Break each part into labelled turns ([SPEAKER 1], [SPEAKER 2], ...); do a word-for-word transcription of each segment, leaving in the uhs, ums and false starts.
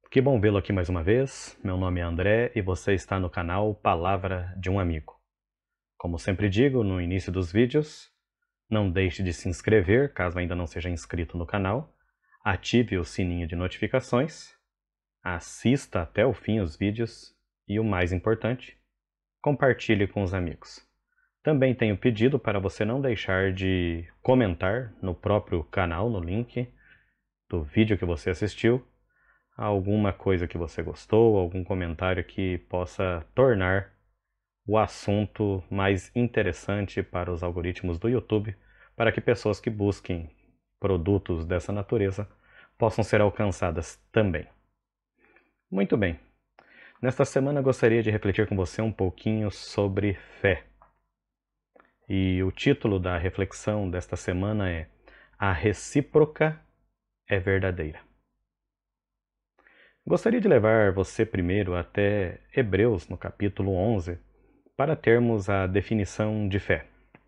[SPEAKER 1] Que bom vê-lo aqui mais uma vez. Meu nome é André e você está no canal Palavra de um Amigo. Como sempre digo no início dos vídeos, não deixe de se inscrever caso ainda não seja inscrito no canal, ative o sininho de notificações, assista até o fim os vídeos e, o mais importante, compartilhe com os amigos. Também tenho pedido para você não deixar de comentar no próprio canal, no link do vídeo que você assistiu, alguma coisa que você gostou, algum comentário que possa tornar o assunto mais interessante para os algoritmos do YouTube, para que pessoas que busquem produtos dessa natureza possam ser alcançadas também. Muito bem. Nesta semana gostaria de refletir com você um pouquinho sobre fé. E o título da reflexão desta semana é A Recíproca é Verdadeira. Gostaria de levar você primeiro até Hebreus, no capítulo onze, para termos a definição de fé.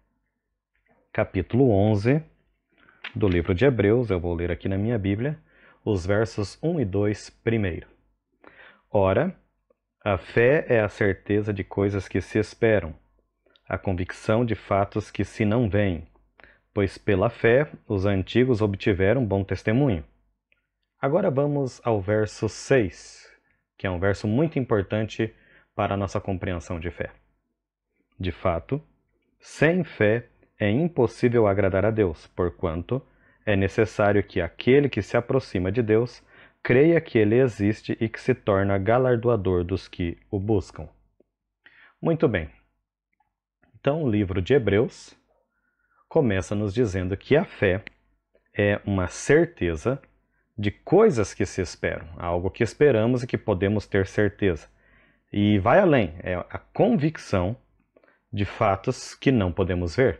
[SPEAKER 1] Capítulo onze do livro de Hebreus, eu vou ler aqui na minha Bíblia, os versos um e dois primeiro. Ora, a fé é a certeza de coisas que se esperam, a convicção de fatos que se não veem, pois pela fé os antigos obtiveram bom testemunho. Agora vamos ao verso seis, que é um verso muito importante para a nossa compreensão de fé. De fato, sem fé é impossível agradar a Deus, porquanto é necessário que aquele que se aproxima de Deus creia que Ele existe e que se torna galardoador dos que o buscam. Muito bem. Então, o livro de Hebreus começa nos dizendo que a fé é uma certeza de coisas que se esperam, algo que esperamos e que podemos ter certeza. E vai além, é a convicção de fatos que não podemos ver.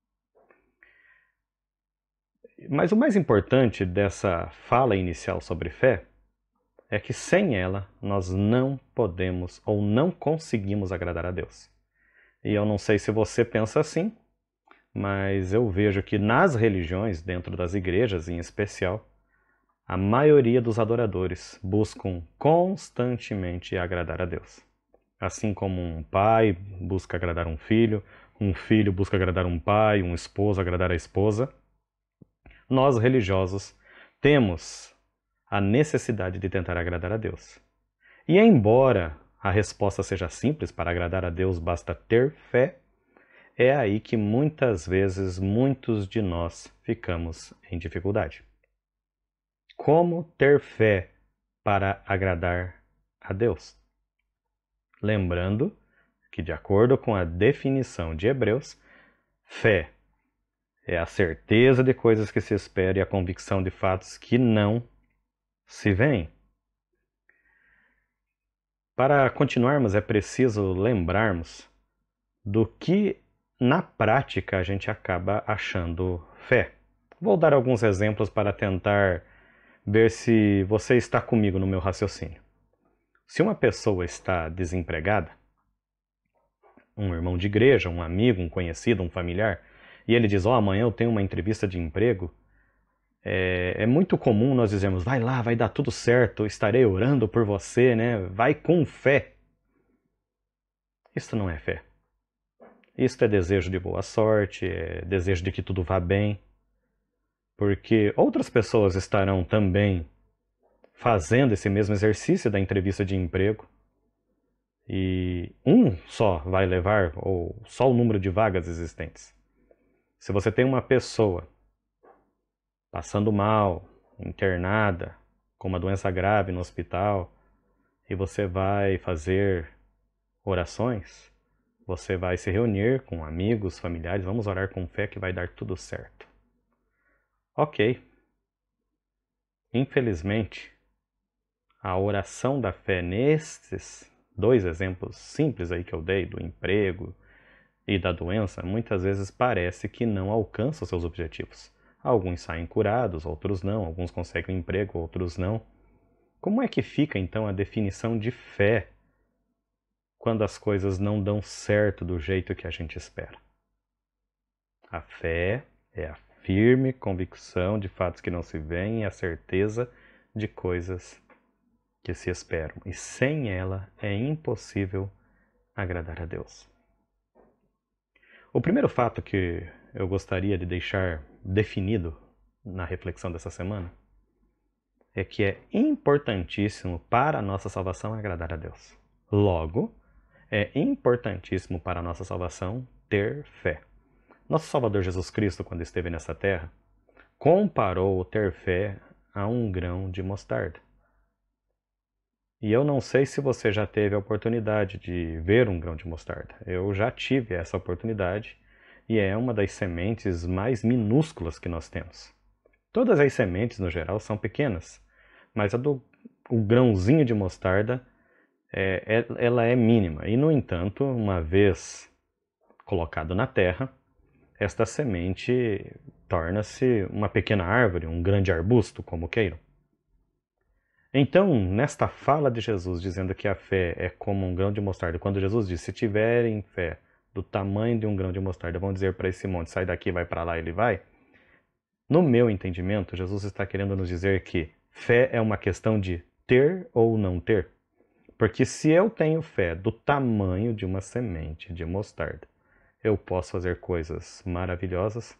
[SPEAKER 1] Mas o mais importante dessa fala inicial sobre fé é que sem ela nós não podemos ou não conseguimos agradar a Deus. E eu não sei se você pensa assim, mas eu vejo que nas religiões, dentro das igrejas em especial, a maioria dos adoradores buscam constantemente agradar a Deus. Assim como um pai busca agradar um filho, um filho busca agradar um pai, um esposo agradar a esposa, nós religiosos temos a necessidade de tentar agradar a Deus. E embora a resposta seja simples, para agradar a Deus basta ter fé, é aí que muitas vezes muitos de nós ficamos em dificuldade. Como ter fé para agradar a Deus? Lembrando que, de acordo com a definição de Hebreus, fé é a certeza de coisas que se esperam e a convicção de fatos que não se veem. Para continuarmos, é preciso lembrarmos do que, na prática, a gente acaba achando fé. Vou dar alguns exemplos para tentar ver se você está comigo no meu raciocínio. Se uma pessoa está desempregada, um irmão de igreja, um amigo, um conhecido, um familiar, e ele diz, ó, oh, amanhã eu tenho uma entrevista de emprego, é, é muito comum nós dizermos, vai lá, vai dar tudo certo, estarei orando por você, né? Vai com fé. Isso não é fé. Isso é desejo de boa sorte, é desejo de que tudo vá bem, porque outras pessoas estarão também fazendo esse mesmo exercício da entrevista de emprego, e um só vai levar, ou só o número de vagas existentes. Se você tem uma pessoa passando mal, internada, com uma doença grave no hospital, e você vai fazer orações, você vai se reunir com amigos, familiares, vamos orar com fé que vai dar tudo certo. Ok. Infelizmente, a oração da fé nesses dois exemplos simples aí que eu dei, do emprego e da doença, muitas vezes parece que não alcança os seus objetivos. Alguns saem curados, outros não, alguns conseguem um emprego, outros não. Como é que fica então a definição de fé quando as coisas não dão certo do jeito que a gente espera? A fé é a firme convicção de fatos que não se veem e a certeza de coisas que se esperam, e sem ela é impossível agradar a Deus. O primeiro fato que eu gostaria de deixar definido na reflexão dessa semana é que é importantíssimo para a nossa salvação agradar a Deus. Logo, é importantíssimo para a nossa salvação ter fé. Nosso Salvador Jesus Cristo, quando esteve nessa terra, comparou o ter fé a um grão de mostarda. E eu não sei se você já teve a oportunidade de ver um grão de mostarda. Eu já tive essa oportunidade e é uma das sementes mais minúsculas que nós temos. Todas as sementes, no geral, são pequenas, mas a do o grãozinho de mostarda, é, é, ela é mínima. E, no entanto, uma vez colocado na terra, esta semente torna-se uma pequena árvore, um grande arbusto, como queiram. Então, nesta fala de Jesus, dizendo que a fé é como um grão de mostarda, quando Jesus disse, se tiverem fé do tamanho de um grão de mostarda, vão dizer para esse monte, sai daqui, vai para lá, ele vai. No meu entendimento, Jesus está querendo nos dizer que fé é uma questão de ter ou não ter. Porque se eu tenho fé do tamanho de uma semente de mostarda, eu posso fazer coisas maravilhosas.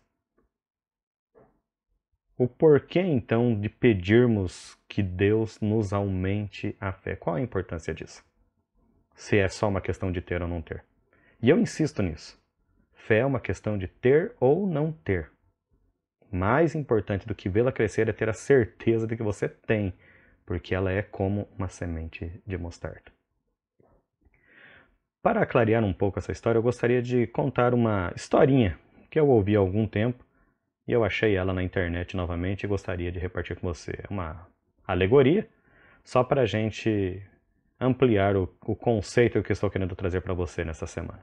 [SPEAKER 1] O porquê, então, de pedirmos que Deus nos aumente a fé? Qual a importância disso? Se é só uma questão de ter ou não ter. E eu insisto nisso. Fé é uma questão de ter ou não ter. Mais importante do que vê-la crescer é ter a certeza de que você tem, porque ela é como uma semente de mostarda. Para clarear um pouco essa história, eu gostaria de contar uma historinha que eu ouvi há algum tempo e eu achei ela na internet novamente e gostaria de repartir com você. É uma alegoria, só para a gente ampliar o, o conceito que eu estou querendo trazer para você nessa semana.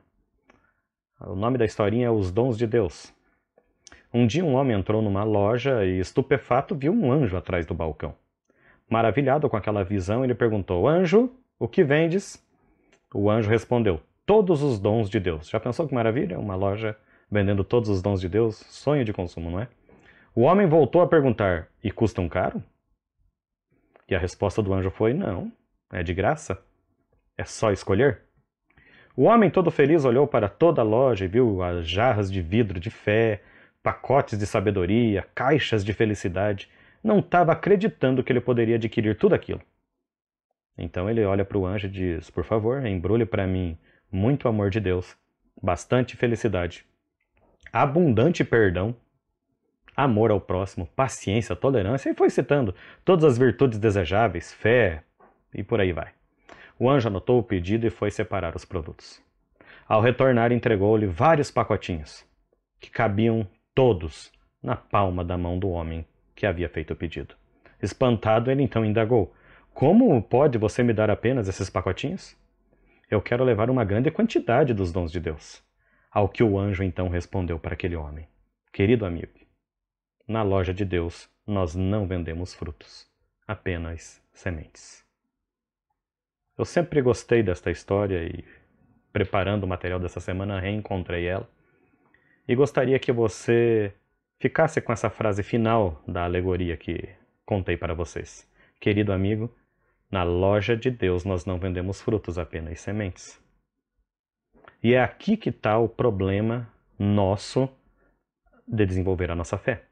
[SPEAKER 1] O nome da historinha é Os Dons de Deus. Um dia um homem entrou numa loja e, estupefato, viu um anjo atrás do balcão. Maravilhado com aquela visão, ele perguntou, anjo, o que vendes? O anjo respondeu, todos os dons de Deus. Já pensou que maravilha? Uma loja vendendo todos os dons de Deus? Sonho de consumo, não é? O homem voltou a perguntar, e custam caro? E a resposta do anjo foi, não, é de graça. É só escolher. O homem todo feliz olhou para toda a loja e viu as jarras de vidro de fé, pacotes de sabedoria, caixas de felicidade. Não estava acreditando que ele poderia adquirir tudo aquilo. Então ele olha para o anjo e diz, por favor, embrulhe para mim muito amor de Deus, bastante felicidade, abundante perdão, amor ao próximo, paciência, tolerância, e foi citando todas as virtudes desejáveis, fé, e por aí vai. O anjo anotou o pedido e foi separar os produtos. Ao retornar, entregou-lhe vários pacotinhos, que cabiam todos na palma da mão do homem que havia feito o pedido. Espantado, ele então indagou, como pode você me dar apenas esses pacotinhos? Eu quero levar uma grande quantidade dos dons de Deus. Ao que o anjo então respondeu para aquele homem, querido amigo, na loja de Deus nós não vendemos frutos, apenas sementes. Eu sempre gostei desta história e, preparando o material dessa semana, reencontrei ela. E gostaria que você ficasse com essa frase final da alegoria que contei para vocês. Querido amigo, na loja de Deus nós não vendemos frutos, apenas sementes. E é aqui que está o problema nosso de desenvolver a nossa fé.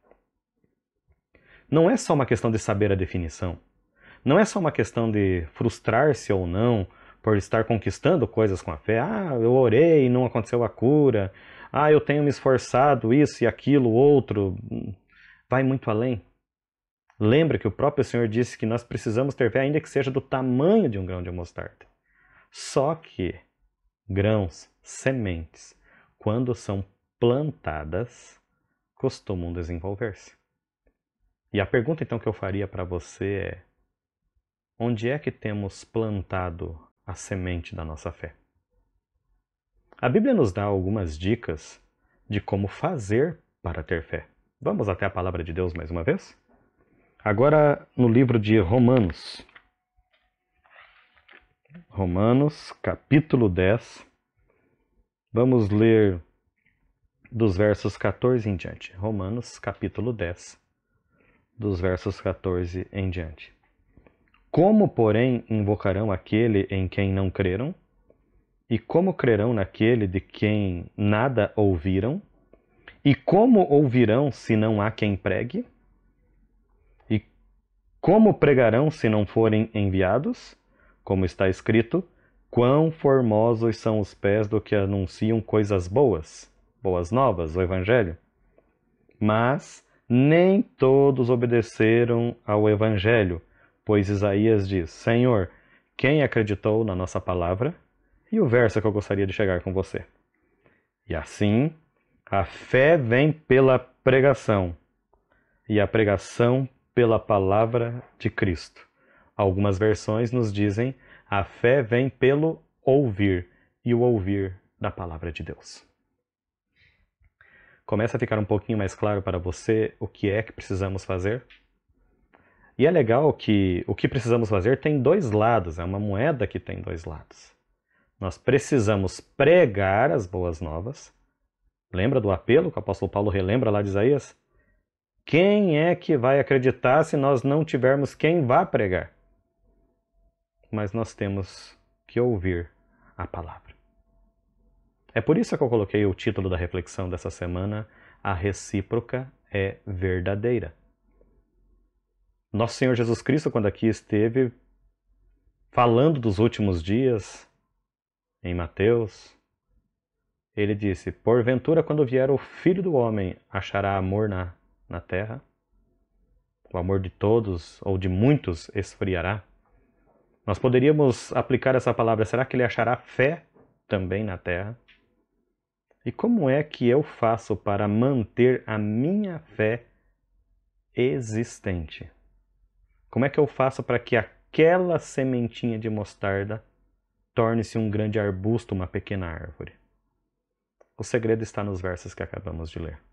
[SPEAKER 1] Não é só uma questão de saber a definição. Não é só uma questão de frustrar-se ou não por estar conquistando coisas com a fé. Ah, eu orei e não aconteceu a cura. Ah, eu tenho me esforçado, isso e aquilo, outro. Vai muito além. Lembra que o próprio Senhor disse que nós precisamos ter fé, ainda que seja do tamanho de um grão de mostarda. Só que grãos, sementes, quando são plantadas, costumam desenvolver-se. E a pergunta então que eu faria para você é, onde é que temos plantado a semente da nossa fé? A Bíblia nos dá algumas dicas de como fazer para ter fé. Vamos até a palavra de Deus mais uma vez? Agora no livro de Romanos. Romanos, capítulo dez. Vamos ler dos versos quatorze em diante. Romanos, capítulo dez, dos versos quatorze em diante. Como, porém, invocarão aquele em quem não creram? E como crerão naquele de quem nada ouviram? E como ouvirão se não há quem pregue? E como pregarão se não forem enviados? Como está escrito, quão formosos são os pés do que anunciam coisas boas, boas novas, o Evangelho. Mas nem todos obedeceram ao Evangelho, pois Isaías diz, Senhor, quem acreditou na nossa palavra? E o verso que eu gostaria de chegar com você. E assim, a fé vem pela pregação, e a pregação pela palavra de Cristo. Algumas versões nos dizem, a fé vem pelo ouvir, e o ouvir da palavra de Deus. Começa a ficar um pouquinho mais claro para você o que é que precisamos fazer? E é legal que o que precisamos fazer tem dois lados, é uma moeda que tem dois lados. Nós precisamos pregar as boas novas. Lembra do apelo que o apóstolo Paulo relembra lá de Isaías? Quem é que vai acreditar se nós não tivermos quem vá pregar? Mas nós temos que ouvir a palavra. É por isso que eu coloquei o título da reflexão dessa semana, A Recíproca é Verdadeira. Nosso Senhor Jesus Cristo, quando aqui esteve falando dos últimos dias, em Mateus, ele disse, porventura quando vier o Filho do Homem, achará amor na, na terra? O amor de todos ou de muitos esfriará? Nós poderíamos aplicar essa palavra, será que ele achará fé também na terra? E como é que eu faço para manter a minha fé existente? Como é que eu faço para que aquela sementinha de mostarda torne-se um grande arbusto, uma pequena árvore? O segredo está nos versos que acabamos de ler.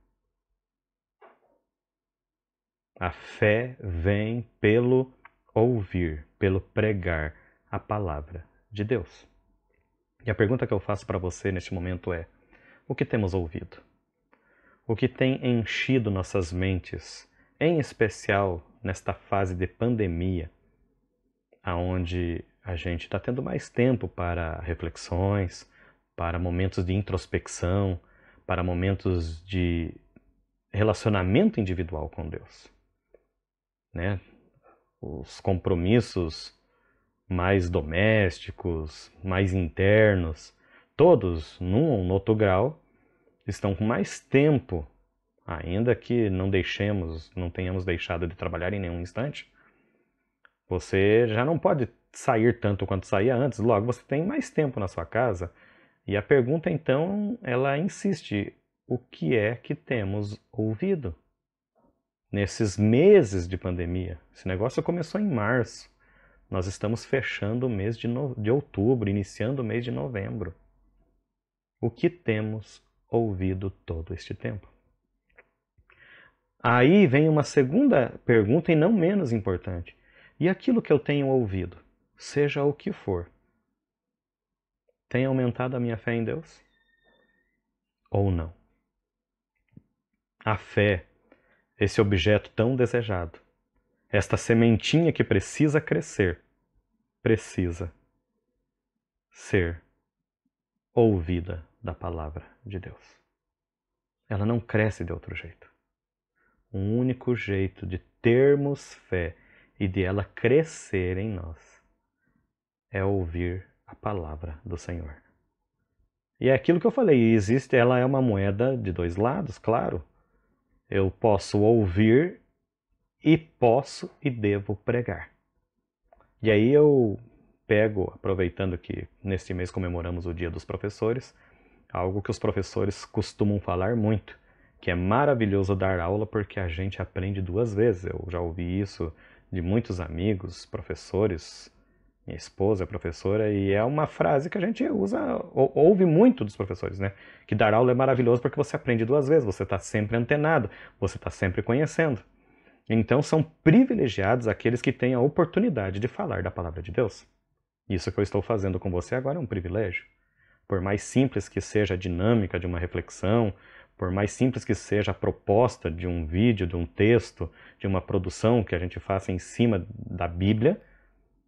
[SPEAKER 1] A fé vem pelo ouvir, pelo pregar a palavra de Deus. E a pergunta que eu faço para você neste momento é, o que temos ouvido? O que tem enchido nossas mentes, em especial nesta fase de pandemia, onde a gente está tendo mais tempo para reflexões, para momentos de introspecção, para momentos de relacionamento individual com Deus. Né? Os compromissos mais domésticos, mais internos, todos, num ou no outro grau, estão com mais tempo, ainda que não deixemos, não tenhamos deixado de trabalhar em nenhum instante. Você já não pode sair tanto quanto saía antes, logo você tem mais tempo na sua casa. E a pergunta então, ela insiste, o que é que temos ouvido? Nesses meses de pandemia, esse negócio começou em março, nós estamos fechando o mês de, no... de outubro, iniciando o mês de novembro. O que temos ouvido todo este tempo? Aí vem uma segunda pergunta e não menos importante. E aquilo que eu tenho ouvido, seja o que for, tem aumentado a minha fé em Deus? Ou não? A fé, esse objeto tão desejado, esta sementinha que precisa crescer, precisa ser ouvida da palavra de Deus. Ela não cresce de outro jeito. O único jeito de termos fé e de ela crescer em nós é ouvir a palavra do Senhor. E é aquilo que eu falei, existe, ela é uma moeda de dois lados, claro. Eu posso ouvir e posso e devo pregar. E aí eu pego, aproveitando que neste mês comemoramos o Dia dos Professores, algo que os professores costumam falar muito, que é maravilhoso dar aula porque a gente aprende duas vezes. Eu já ouvi isso de muitos amigos, professores, minha esposa é professora, e é uma frase que a gente usa, ou, ouve muito dos professores, né? Que dar aula é maravilhoso porque você aprende duas vezes, você está sempre antenado, você está sempre conhecendo. Então são privilegiados aqueles que têm a oportunidade de falar da palavra de Deus. Isso que eu estou fazendo com você agora é um privilégio. Por mais simples que seja a dinâmica de uma reflexão, por mais simples que seja a proposta de um vídeo, de um texto, de uma produção que a gente faça em cima da Bíblia,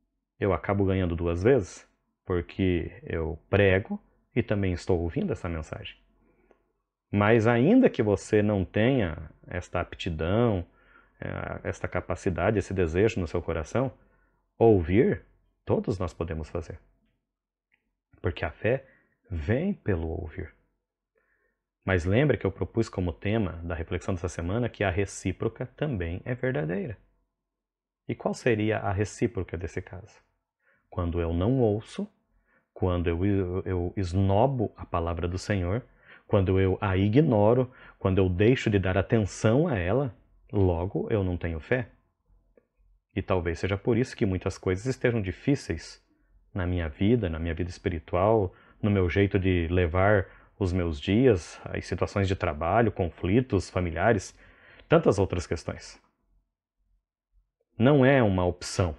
[SPEAKER 1] eu acabo ganhando duas vezes, porque eu prego e também estou ouvindo essa mensagem. Mas ainda que você não tenha esta aptidão, esta capacidade, esse desejo no seu coração, ouvir, todos nós podemos fazer. Porque a fé vem pelo ouvir. Mas lembre que eu propus como tema da reflexão dessa semana que a recíproca também é verdadeira. E qual seria a recíproca desse caso? Quando eu não ouço, quando eu, eu, eu esnobo a palavra do Senhor, quando eu a ignoro, quando eu deixo de dar atenção a ela, logo eu não tenho fé. E talvez seja por isso que muitas coisas estejam difíceis na minha vida, na minha vida espiritual, no meu jeito de levar os meus dias, as situações de trabalho, conflitos familiares, tantas outras questões. Não é uma opção.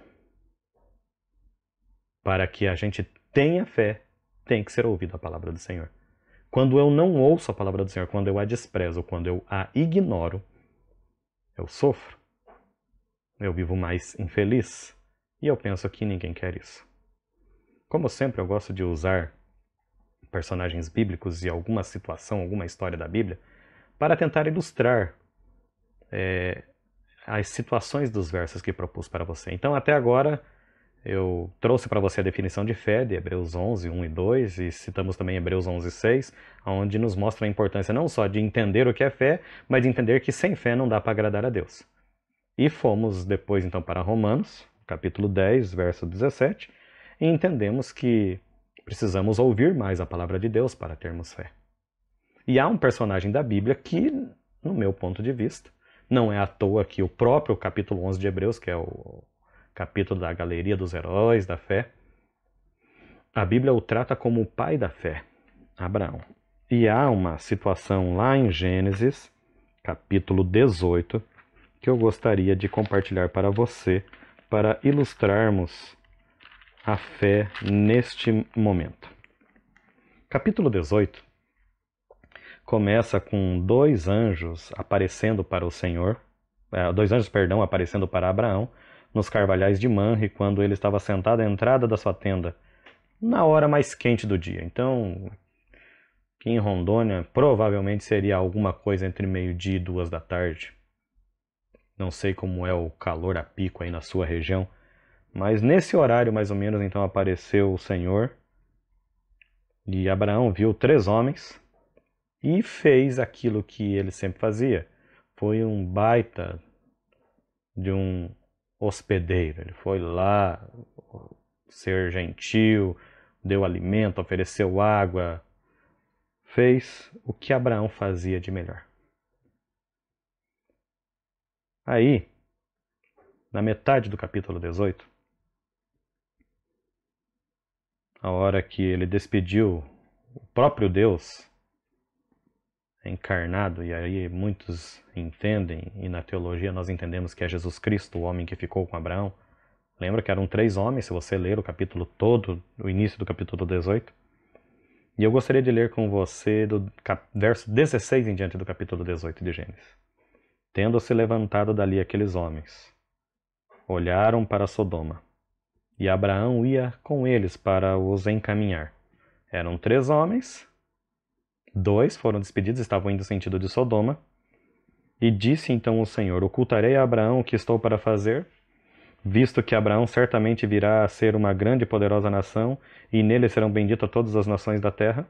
[SPEAKER 1] Para que a gente tenha fé, tem que ser ouvida a palavra do Senhor. Quando eu não ouço a palavra do Senhor, quando eu a desprezo, quando eu a ignoro, eu sofro. Eu vivo mais infeliz. E eu penso que ninguém quer isso. Como sempre, eu gosto de usar personagens bíblicos e alguma situação, alguma história da Bíblia, para tentar ilustrar é, as situações dos versos que propus para você. Então, até agora, eu trouxe para você a definição de fé de Hebreus onze, um e dois, e citamos também Hebreus onze, seis, onde nos mostra a importância não só de entender o que é fé, mas de entender que sem fé não dá para agradar a Deus. E fomos depois então para Romanos, capítulo dez, verso dezessete, e entendemos que precisamos ouvir mais a palavra de Deus para termos fé. E há um personagem da Bíblia que, no meu ponto de vista, não é à toa que o próprio capítulo onze de Hebreus, que é o capítulo da galeria dos heróis da fé, a Bíblia o trata como o pai da fé, Abraão. E há uma situação lá em Gênesis, capítulo dezoito, que eu gostaria de compartilhar para você, para ilustrarmos a fé neste momento. Capítulo dezoito começa com dois anjos aparecendo para o Senhor, dois anjos, perdão, aparecendo para Abraão, nos carvalhais de Manre, quando ele estava sentado à entrada da sua tenda, na hora mais quente do dia. Então, aqui em Rondônia, provavelmente seria alguma coisa entre meio-dia e duas da tarde. Não sei como é o calor a pico aí na sua região, mas nesse horário, mais ou menos, então apareceu o Senhor, e Abraão viu três homens e fez aquilo que ele sempre fazia. Foi um baita de um hospedeiro. Ele foi lá ser gentil, deu alimento, ofereceu água, fez o que Abraão fazia de melhor. Aí, na metade do capítulo dezoito, a hora que ele despediu o próprio Deus encarnado, e aí muitos entendem, e na teologia nós entendemos que é Jesus Cristo, o homem que ficou com Abraão. Lembra que eram três homens, se você ler o capítulo todo, o início do capítulo dezoito. E eu gostaria de ler com você do verso dezesseis em diante do capítulo dezoito de Gênesis. Tendo-se levantado dali aqueles homens, olharam para Sodoma, e Abraão ia com eles para os encaminhar. Eram três homens, dois foram despedidos, estavam indo no sentido de Sodoma, e disse então o Senhor: ocultarei a Abraão o que estou para fazer, visto que Abraão certamente virá a ser uma grande e poderosa nação, e nele serão benditas todas as nações da terra.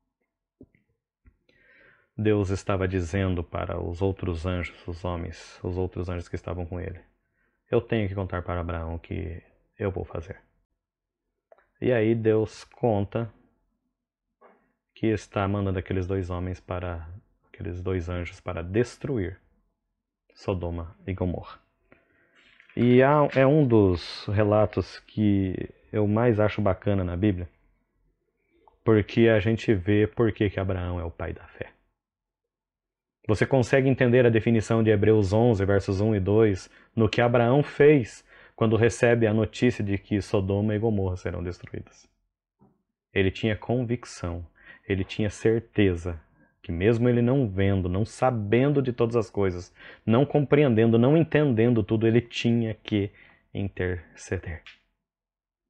[SPEAKER 1] Deus estava dizendo para os outros anjos, os homens, os outros anjos que estavam com ele: eu tenho que contar para Abraão o que eu vou fazer. E aí Deus conta que está mandando aqueles dois homens para, aqueles dois anjos para destruir Sodoma e Gomorra. E há, é um dos relatos que eu mais acho bacana na Bíblia, porque a gente vê por que que Abraão é o pai da fé. Você consegue entender a definição de Hebreus onze, versos um e dois, no que Abraão fez quando recebe a notícia de que Sodoma e Gomorra serão destruídas. Ele tinha convicção, ele tinha certeza que mesmo ele não vendo, não sabendo de todas as coisas, não compreendendo, não entendendo tudo, ele tinha que interceder.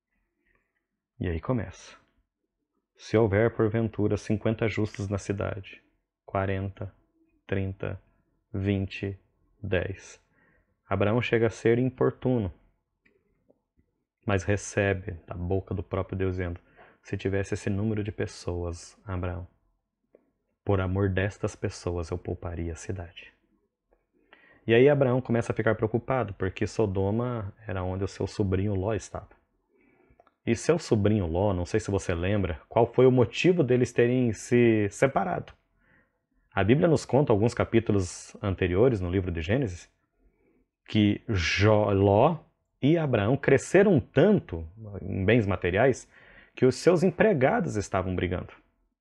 [SPEAKER 1] E aí começa. Se houver porventura cinquenta justos na cidade, quarenta, trinta, vinte, dez. Abraão chega a ser importuno, mas recebe da boca do próprio Deus dizendo: se tivesse esse número de pessoas, Abraão, por amor destas pessoas eu pouparia a cidade. E aí Abraão começa a ficar preocupado, porque Sodoma era onde o seu sobrinho Ló estava. E seu sobrinho Ló, não sei se você lembra, qual foi o motivo deles terem se separado. A Bíblia nos conta, alguns capítulos anteriores, no livro de Gênesis, que Ló e Abraão cresceram tanto em bens materiais que os seus empregados estavam brigando.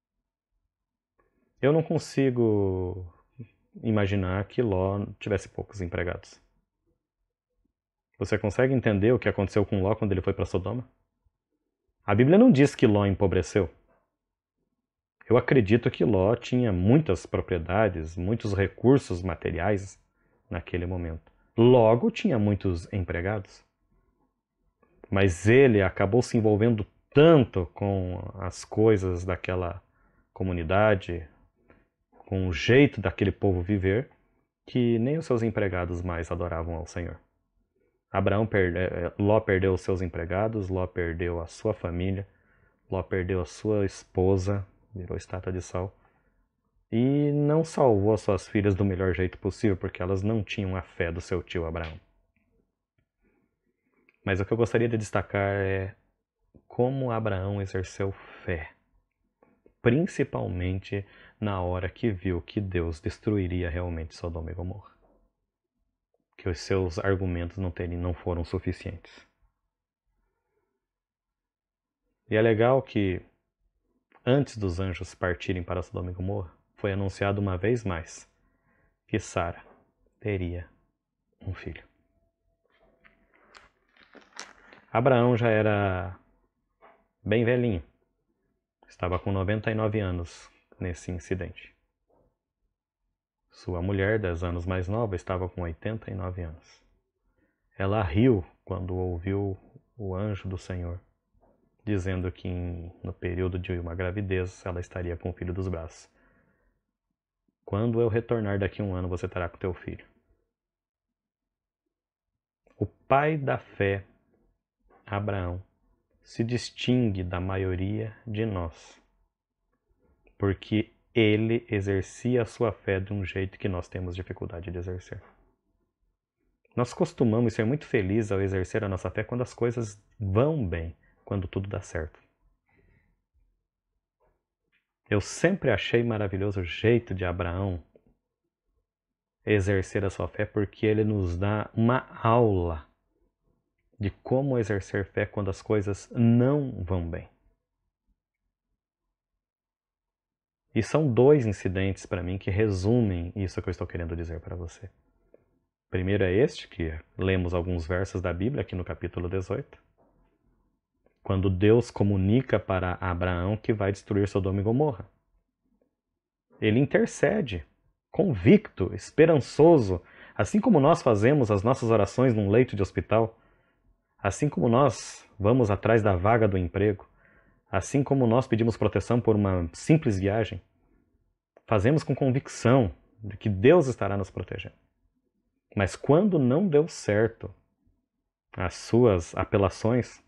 [SPEAKER 1] Eu não consigo imaginar que Ló tivesse poucos empregados. Você consegue entender o que aconteceu com Ló quando ele foi para Sodoma? A Bíblia não diz que Ló empobreceu. Eu acredito que Ló tinha muitas propriedades, muitos recursos materiais naquele momento. Logo, tinha muitos empregados. Mas ele acabou se envolvendo tanto com as coisas daquela comunidade, com o jeito daquele povo viver, que nem os seus empregados mais adoravam ao Senhor. Abraão perde... Ló perdeu os seus empregados, Ló perdeu a sua família, Ló perdeu a sua esposa, virou estátua de sal, e não salvou as suas filhas do melhor jeito possível, porque elas não tinham a fé do seu tio Abraão. Mas o que eu gostaria de destacar é como Abraão exerceu fé, principalmente na hora que viu que Deus destruiria realmente Sodoma e Gomorra. Que os seus argumentos não, teriam, não foram suficientes. E é legal que, antes dos anjos partirem para Sodoma e Gomorra, foi anunciado uma vez mais que Sara teria um filho. Abraão já era bem velhinho. Estava com noventa e nove anos nesse incidente. Sua mulher, dez anos mais nova, estava com oitenta e nove anos. Ela riu quando ouviu o anjo do Senhor, dizendo que no período de uma gravidez ela estaria com o filho dos braços. Quando eu retornar daqui a um ano, você estará com teu filho. O pai da fé, Abraão, se distingue da maioria de nós, porque ele exercia a sua fé de um jeito que nós temos dificuldade de exercer. Nós costumamos ser muito felizes ao exercer a nossa fé quando as coisas vão bem, quando tudo dá certo. Eu sempre achei maravilhoso o jeito de Abraão exercer a sua fé, porque ele nos dá uma aula de como exercer fé quando as coisas não vão bem. E são dois incidentes para mim que resumem isso que eu estou querendo dizer para você. Primeiro é este, que lemos alguns versos da Bíblia aqui no capítulo dezoito. Quando Deus comunica para Abraão que vai destruir Sodoma e Gomorra. Ele intercede, convicto, esperançoso, assim como nós fazemos as nossas orações num leito de hospital, assim como nós vamos atrás da vaga do emprego, assim como nós pedimos proteção por uma simples viagem, fazemos com convicção de que Deus estará nos protegendo. Mas quando não deu certo as suas apelações,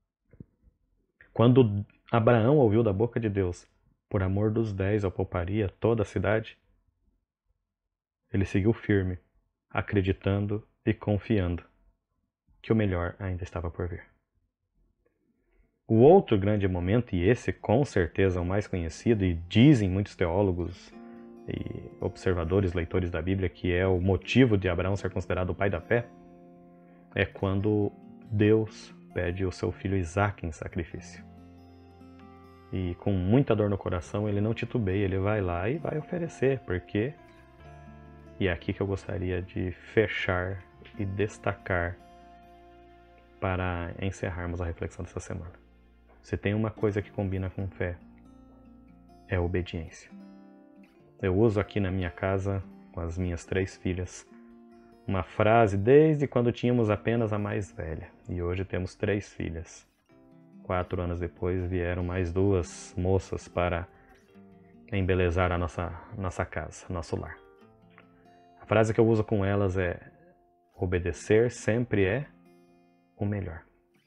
[SPEAKER 1] quando Abraão ouviu da boca de Deus, por amor dos dez eu pouparia toda a cidade, ele seguiu firme, acreditando e confiando que o melhor ainda estava por vir. O outro grande momento, e esse com certeza é o mais conhecido, e dizem muitos teólogos e observadores, leitores da Bíblia, que é o motivo de Abraão ser considerado o pai da fé, é quando Deus pede o seu filho Isaque em sacrifício. E com muita dor no coração, ele não titubeia, ele vai lá e vai oferecer, porque... E é aqui que eu gostaria de fechar e destacar para encerrarmos a reflexão dessa semana. Se tem uma coisa que combina com fé, é a obediência. Eu uso aqui na minha casa, com as minhas três filhas, uma frase desde quando tínhamos apenas a mais velha. E hoje temos três filhas, Quatro anos depois vieram mais duas moças para embelezar a nossa, nossa casa, nosso lar. A frase que eu uso com elas é: obedecer sempre é o melhor.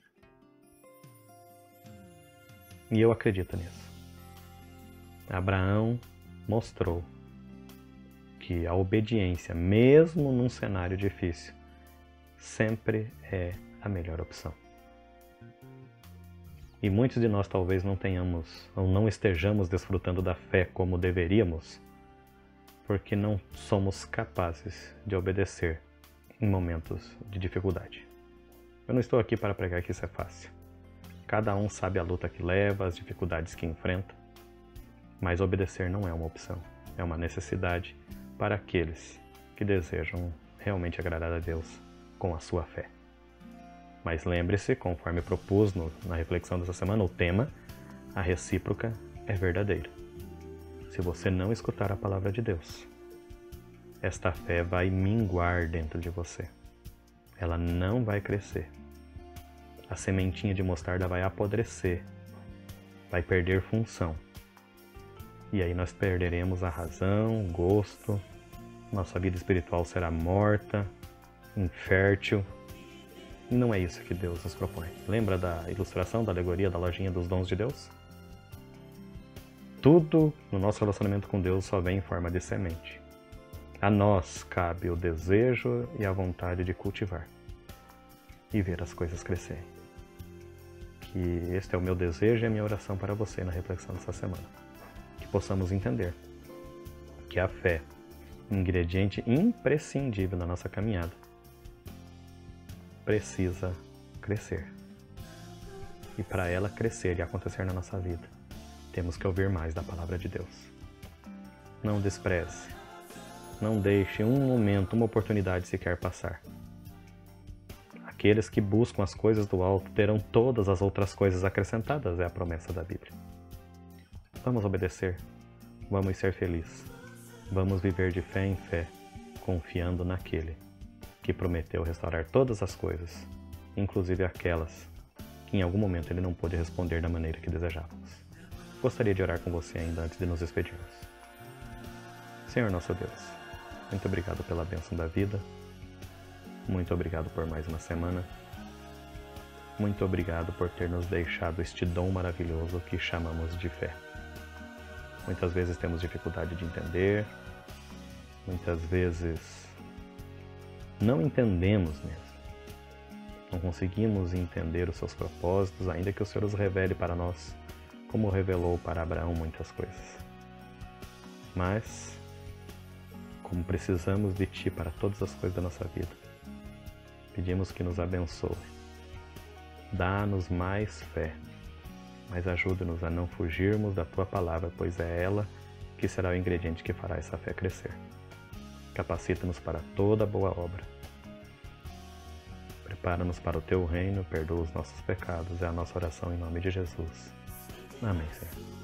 [SPEAKER 1] E eu acredito nisso. Abraão mostrou que a obediência, mesmo num cenário difícil, sempre é a melhor opção. E muitos de nós talvez não tenhamos ou não estejamos desfrutando da fé como deveríamos, porque não somos capazes de obedecer em momentos de dificuldade. Eu não estou aqui para pregar que isso é fácil. Cada um sabe a luta que leva, as dificuldades que enfrenta, mas obedecer não é uma opção, é uma necessidade para aqueles que desejam realmente agradar a Deus com a sua fé. Mas lembre-se, conforme propus no, na reflexão dessa semana, o tema, a recíproca é verdadeira. Se você não escutar a palavra de Deus, esta fé vai minguar dentro de você. Ela não vai crescer. A sementinha de mostarda vai apodrecer, vai perder função. E aí nós perderemos a razão, o gosto, nossa vida espiritual será morta, infértil. Não é isso que Deus nos propõe. Lembra da ilustração, da alegoria da lojinha dos dons de Deus? Tudo no nosso relacionamento com Deus só vem em forma de semente. A nós cabe o desejo e a vontade de cultivar e ver as coisas crescerem. Que este é o meu desejo e a minha oração para você na reflexão dessa semana. Que possamos entender que a fé, ingrediente imprescindível na nossa caminhada, precisa crescer. E para ela crescer e acontecer na nossa vida, temos que ouvir mais da palavra de Deus. Não despreze, não deixe um momento, uma oportunidade sequer passar. Aqueles que buscam as coisas do alto terão todas as outras coisas acrescentadas, é a promessa da Bíblia. Vamos obedecer, vamos ser felizes, vamos viver de fé em fé, confiando naquele que prometeu restaurar todas as coisas, inclusive aquelas que em algum momento ele não pôde responder da maneira que desejávamos. Gostaria de orar com você ainda antes de nos despedirmos. Senhor nosso Deus, muito obrigado pela bênção da vida, muito obrigado por mais uma semana, muito obrigado por ter nos deixado este dom maravilhoso que chamamos de fé. Muitas vezes temos dificuldade de entender, muitas vezes não entendemos mesmo. Não conseguimos entender os seus propósitos, ainda que o Senhor os revele para nós, como revelou para Abraão muitas coisas. Mas, como precisamos de Ti para todas as coisas da nossa vida, pedimos que nos abençoe. Dá-nos mais fé, mas ajuda-nos a não fugirmos da Tua palavra, pois é ela que será o ingrediente que fará essa fé crescer. Capacita-nos para toda boa obra. Prepara-nos para o Teu reino, perdoa os nossos pecados. É a nossa oração em nome de Jesus. Amém, Senhor.